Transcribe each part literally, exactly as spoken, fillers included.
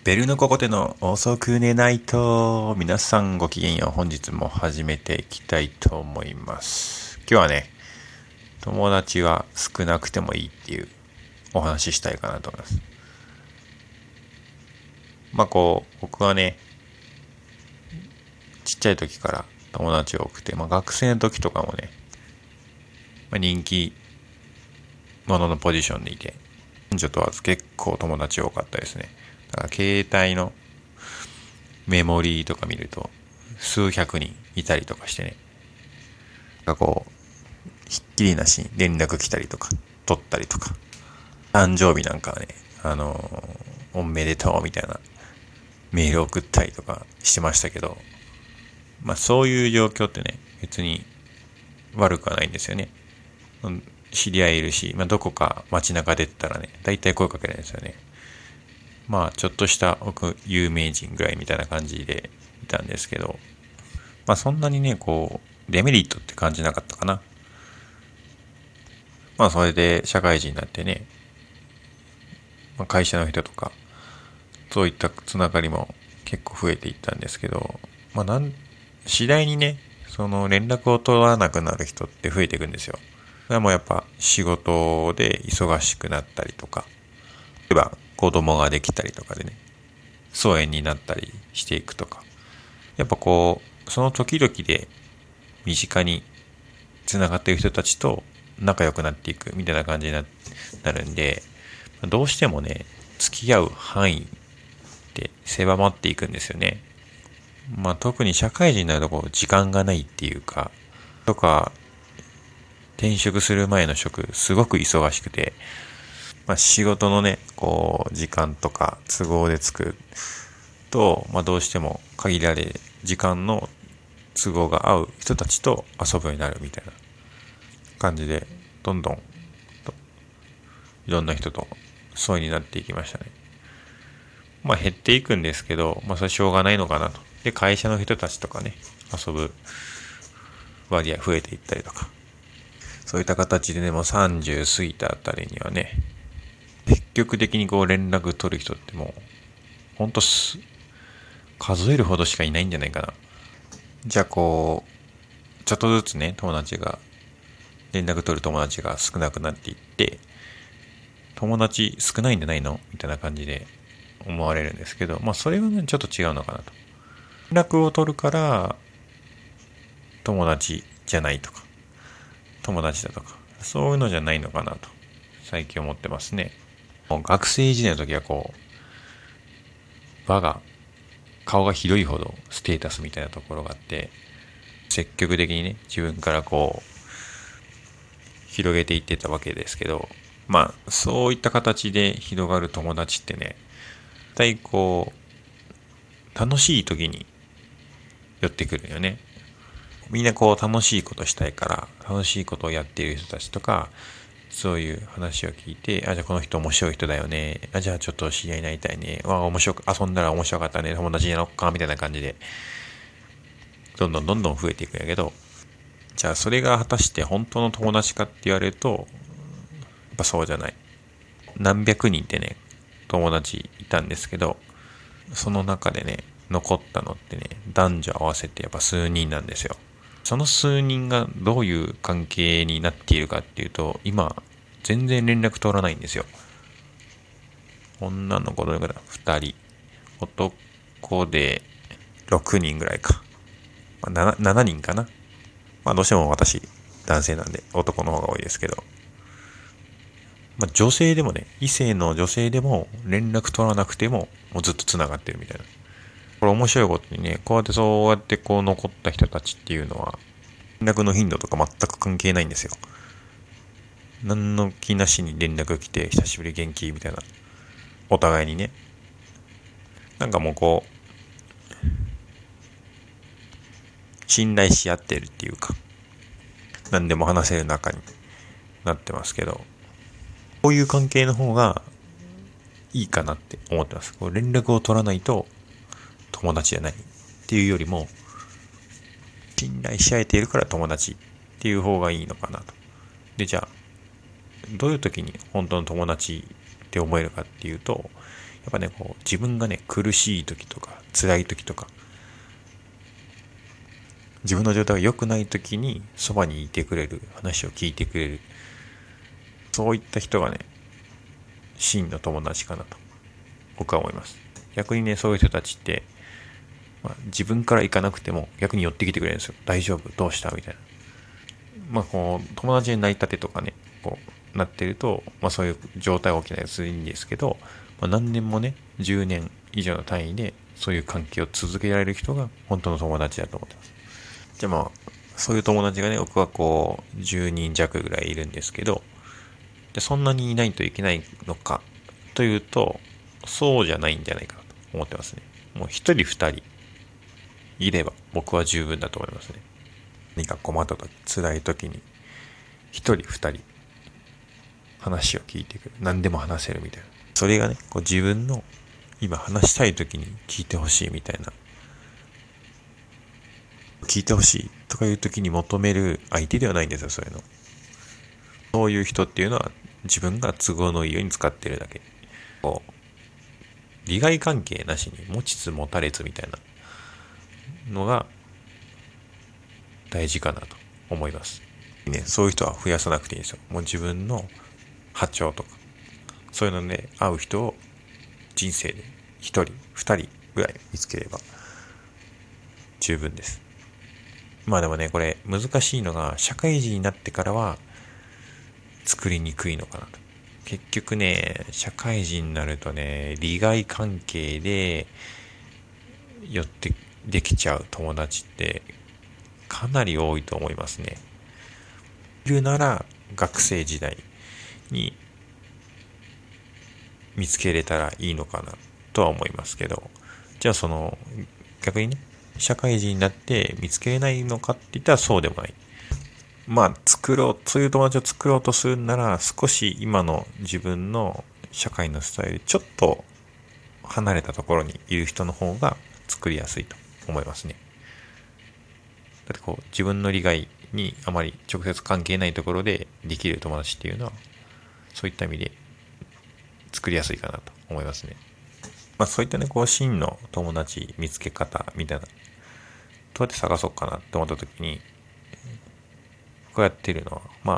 ベルのここでの遅く寝ないと、皆さんごきげんよう。本日も始めていきたいと思います。今日はね、友達は少なくてもいいっていうお話ししたいかなと思います。まあこう、僕はね、ちっちゃい時から友達多くて、まあ学生の時とかもね、まあ、人気者のポジションでいて、男女問わず結構友達多かったですね。だから携帯のメモリーとか見ると数百人いたりとかしてね、なんかこうひっきりなしに連絡来たりとか取ったりとか、誕生日なんかはね、あのー、おめでとうみたいなメール送ったりとかしてましたけど、まあそういう状況ってね、別に悪くはないんですよね。知り合いいるし、まあ、どこか街中出たらね、大体声かけられるんですよね。まあちょっとした僕有名人ぐらいみたいな感じでいたんですけど、まあそんなにね、こう、デメリットって感じなかったかな。まあそれで社会人になってね、まあ、会社の人とか、そういったつながりも結構増えていったんですけど、まあなん、次第にね、その連絡を取らなくなる人って増えていくんですよ。それはもうやっぱ仕事で忙しくなったりとか、例えば子供ができたりとかでね、疎遠になったりしていくとか、やっぱこう、その時々で身近につながっている人たちと仲良くなっていくみたいな感じになるんで、どうしてもね、付き合う範囲って狭まっていくんですよね。まあ特に社会人になるとこう時間がないっていうか、とか、転職する前の職、すごく忙しくて、まあ仕事のね、こう、時間とか都合でつくと、まあどうしても限られる時間の都合が合う人たちと遊ぶようになるみたいな感じで、どんどんいろんな人と疎遠になっていきましたね。まあ減っていくんですけど、まあそれしょうがないのかなと。で、会社の人たちとかね、遊ぶ割合増えていったりとか。そういった形でね、もうさんじゅう過ぎたあたりにはね、積極的にこう連絡取る人ってもう、ほんとす、数えるほどしかいないんじゃないかな。じゃあこう、ちょっとずつね、友達が、連絡取る友達が少なくなっていって、友達少ないんじゃないのみたいな感じで思われるんですけど、まあそれはね、ちょっと違うのかなと。連絡を取るから友達じゃないとか、友達だとか、そういうのじゃないのかなと、最近思ってますね。もう学生時代の時はこう、場が、顔が広いほどステータスみたいなところがあって、積極的にね、自分からこう、広げていってたわけですけど、まあ、そういった形で広がる友達ってね、絶対こう、楽しい時に寄ってくるよね。みんなこう楽しいことしたいから、楽しいことをやっている人たちとか、そういう話を聞いて、あ、じゃあこの人面白い人だよね。あ、じゃあちょっと知り合いになりたいね。わ、面白く、遊んだら面白かったね。友達になろっか、みたいな感じで、どんどんどんどん増えていくんやけど、じゃあそれが果たして本当の友達かって言われると、やっぱそうじゃない。何百人ってね、友達いたんですけど、その中でね、残ったのってね、男女合わせてやっぱ数人なんですよ。その数人がどういう関係になっているかっていうと、今、全然連絡取らないんですよ。女の子どれくらい ?ふた 人。男でろくにんぐらいか。まあ、7, ななにんかな。まあどうしても私、男性なんで男の方が多いですけど。まあ女性でもね、異性の女性でも連絡取らなくても、もうずっと繋がってるみたいな。これ面白いことにね、こうやってそうやってこう残った人たちっていうのは、連絡の頻度とか全く関係ないんですよ。何の気なしに連絡来て、久しぶり元気みたいな。お互いにね。なんかもうこう、信頼し合ってるっていうか、何でも話せる仲になってますけど、こういう関係の方がいいかなって思ってます。こう連絡を取らないと友達じゃないっていうよりも、信頼し合えているから友達っていう方がいいのかなと。で、じゃあ、どういう時に本当の友達って思えるかっていうと、 っぱね、こう、自分がね、苦しい時とか、辛い時とか、自分の状態が良くない時に、そばにいてくれる、話を聞いてくれる、そういった人がね、真の友達かなと、僕は思います。逆にね、そういう人たちって、まあ、自分から行かなくても、逆に寄ってきてくれるんですよ。大丈夫どうしたみたいな。まあ、こう、友達になりたてとかね、こう、なってると、まあ、そういう状態が起きないやついいんですけど、まあ、何年もね、じゅうねん以上の単位で、そういう関係を続けられる人が、本当の友達だと思ってます。じゃあまあ、そういう友達がね、僕はこう、じゅうにん弱ぐらいいるんですけど、じゃそんなにいないといけないのか、というと、そうじゃないんじゃないかなと思ってますね。もう一人二人いれば、僕は十分だと思いますね。何か困った時、辛い時に、一人二人、話を聞いてくる。何でも話せるみたいな。それがね、こう自分の今話したい時に聞いてほしいみたいな。聞いてほしいとかいう時に求める相手ではないんですよ、そういうの。そういう人っていうのは自分が都合のいいように使ってるだけ。こう、利害関係なしに持ちつ持たれつみたいなのが大事かなと思います。ね、そういう人は増やさなくていいんですよ。もう自分の波長とか、そういうので会う人を人生で一人、二人ぐらい見つければ十分です。まあでもね、これ難しいのが、社会人になってからは作りにくいのかなと。結局ね、社会人になるとね、利害関係で寄ってできちゃう友達ってかなり多いと思いますね。いるなら学生時代に見つけれたらいいのかなとは思いますけど、じゃあその逆にね、社会人になって見つけれないのかって言ったらそうでもない。まあ作ろう、そういう友達を作ろうとするなら少し今の自分の社会のスタイルちょっと離れたところにいる人の方が作りやすいと思いますね。だってこう自分の利害にあまり直接関係ないところでできる友達っていうのはそういった意味で作りやすいかなと思いますね。まあそういったね、こう真の友達見つけ方みたいな、どうやって探そうかなって思った時に、こうやってるのは、ま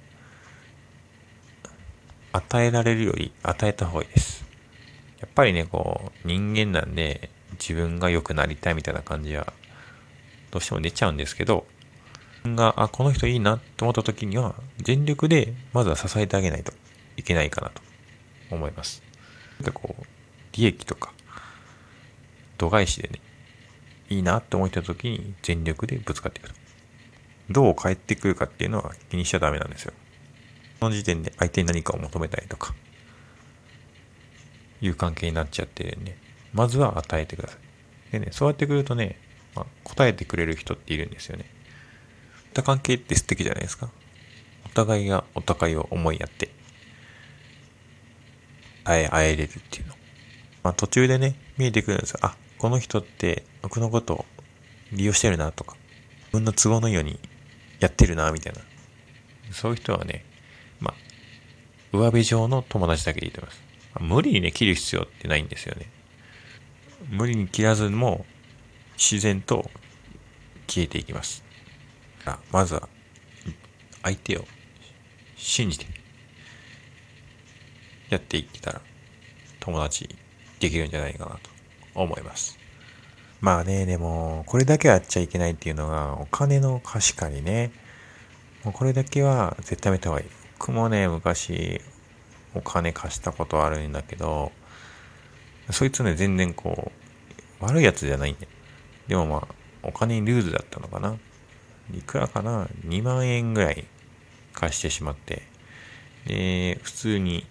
あ与えられるより与えた方がいいです。やっぱりね、こう人間なんで自分が良くなりたいみたいな感じはどうしても出ちゃうんですけど、自分が、あ、この人いいなって思った時には、全力でまずは支えてあげないといけないかなと思います。なんかこう、利益とか、度外視でね、いいなって思った時に全力でぶつかっていくと。どう返ってくるかっていうのは気にしちゃダメなんですよ。その時点で相手に何かを求めたりとか、いう関係になっちゃってるんで、まずは与えてください。でね、そうやってくるとね、まあ、答えてくれる人っているんですよね。った関係って素敵じゃないですか。お互いがお互いを思いやって、会え、会えれるっていうの。まあ途中でね、見えてくるんですよ。あ、この人って僕のことを利用してるなとか、自分の都合のいいようにやってるなみたいな。そういう人はね、まあ、上辺上の友達だけでいいと思います。無理にね、切る必要ってないんですよね。無理に切らずも自然と消えていきます。まずは相手を信じてやっていったら友達できるんじゃないかなと思います。まあね、でもこれだけはやっちゃいけないっていうのがお金の貸し借りね。もうこれだけは絶対やめた方がいい。僕もね、昔お金貸したことあるんだけど、そいつね、全然こう悪いやつじゃないんで。でもまあお金にルーズだったのかな。いくらかな ?に 万円ぐらい貸してしまって、で、普通に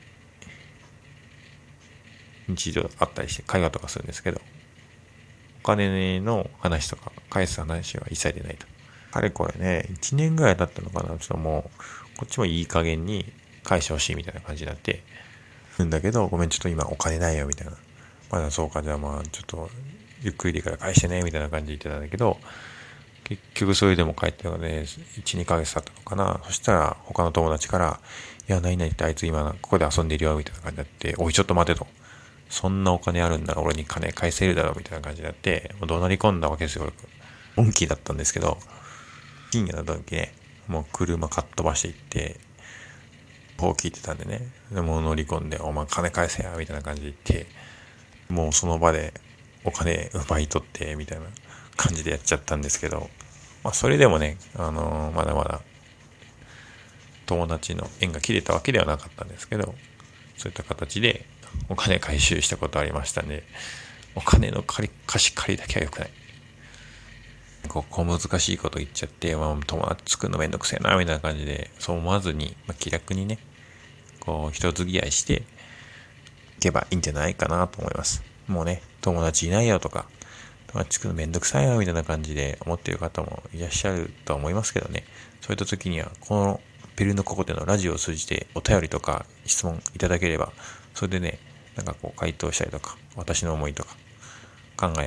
日常あったりして会話とかするんですけど、お金の話とか返す話は一切出ないと。かれこれね、いちねんぐらい経ったのかな。ちょっともう、こっちもいい加減に返してほしいみたいな感じになって、んだけど、ごめん、ちょっと今お金ないよみたいな。まだそうか、じゃあまあ、ちょっと、ゆっくりでいいから返してね、みたいな感じで言ってたんだけど、結局それでも帰ってので、いち、にかげつ経ったのかな。そしたら、他の友達から、いや、何々ってあいつ今、ここで遊んでるよ、みたいな感じになって、おい、ちょっと待てと。 そんなお金あるんなら俺に金返せるだろうみたいな感じになって、もう怒鳴り込んだわけですよ。モンキーだったんですけど、深夜の時ね、もう車かっ飛ばしていって、こう聞いてたんでね、でもう乗り込んで、お前金返せや、みたいな感じで言って、もうその場でお金奪い取って、みたいな感じでやっちゃったんですけど、まあそれでもね、あのーまだまだ友達の縁が切れたわけではなかったんですけど、そういった形でお金回収したことありましたんで、お金の借り貸し借りだけは良くない。こう小難しいこと言っちゃって、まあ、友達作るのめんどくせえなみたいな感じで、そう思わずに、まあ、気楽にね、こう人付き合いしていけばいいんじゃないかなと思います。もうね、友達いないよとか、友達作るのめんどくさいよみたいな感じで思っている方もいらっしゃるとは思いますけどね、そういった時にはこのペルのココテのラジオを通じてお便りとか質問いただければ、それでね、なんかこう回答したりとか、私の思いとか考え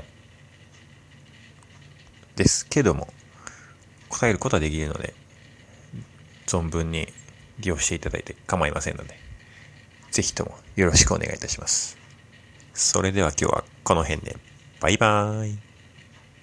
ですけども、答えることはできるので、存分に利用していただいて構いませんので、ぜひともよろしくお願いいたします。それでは今日はこの辺で、バイバーイ。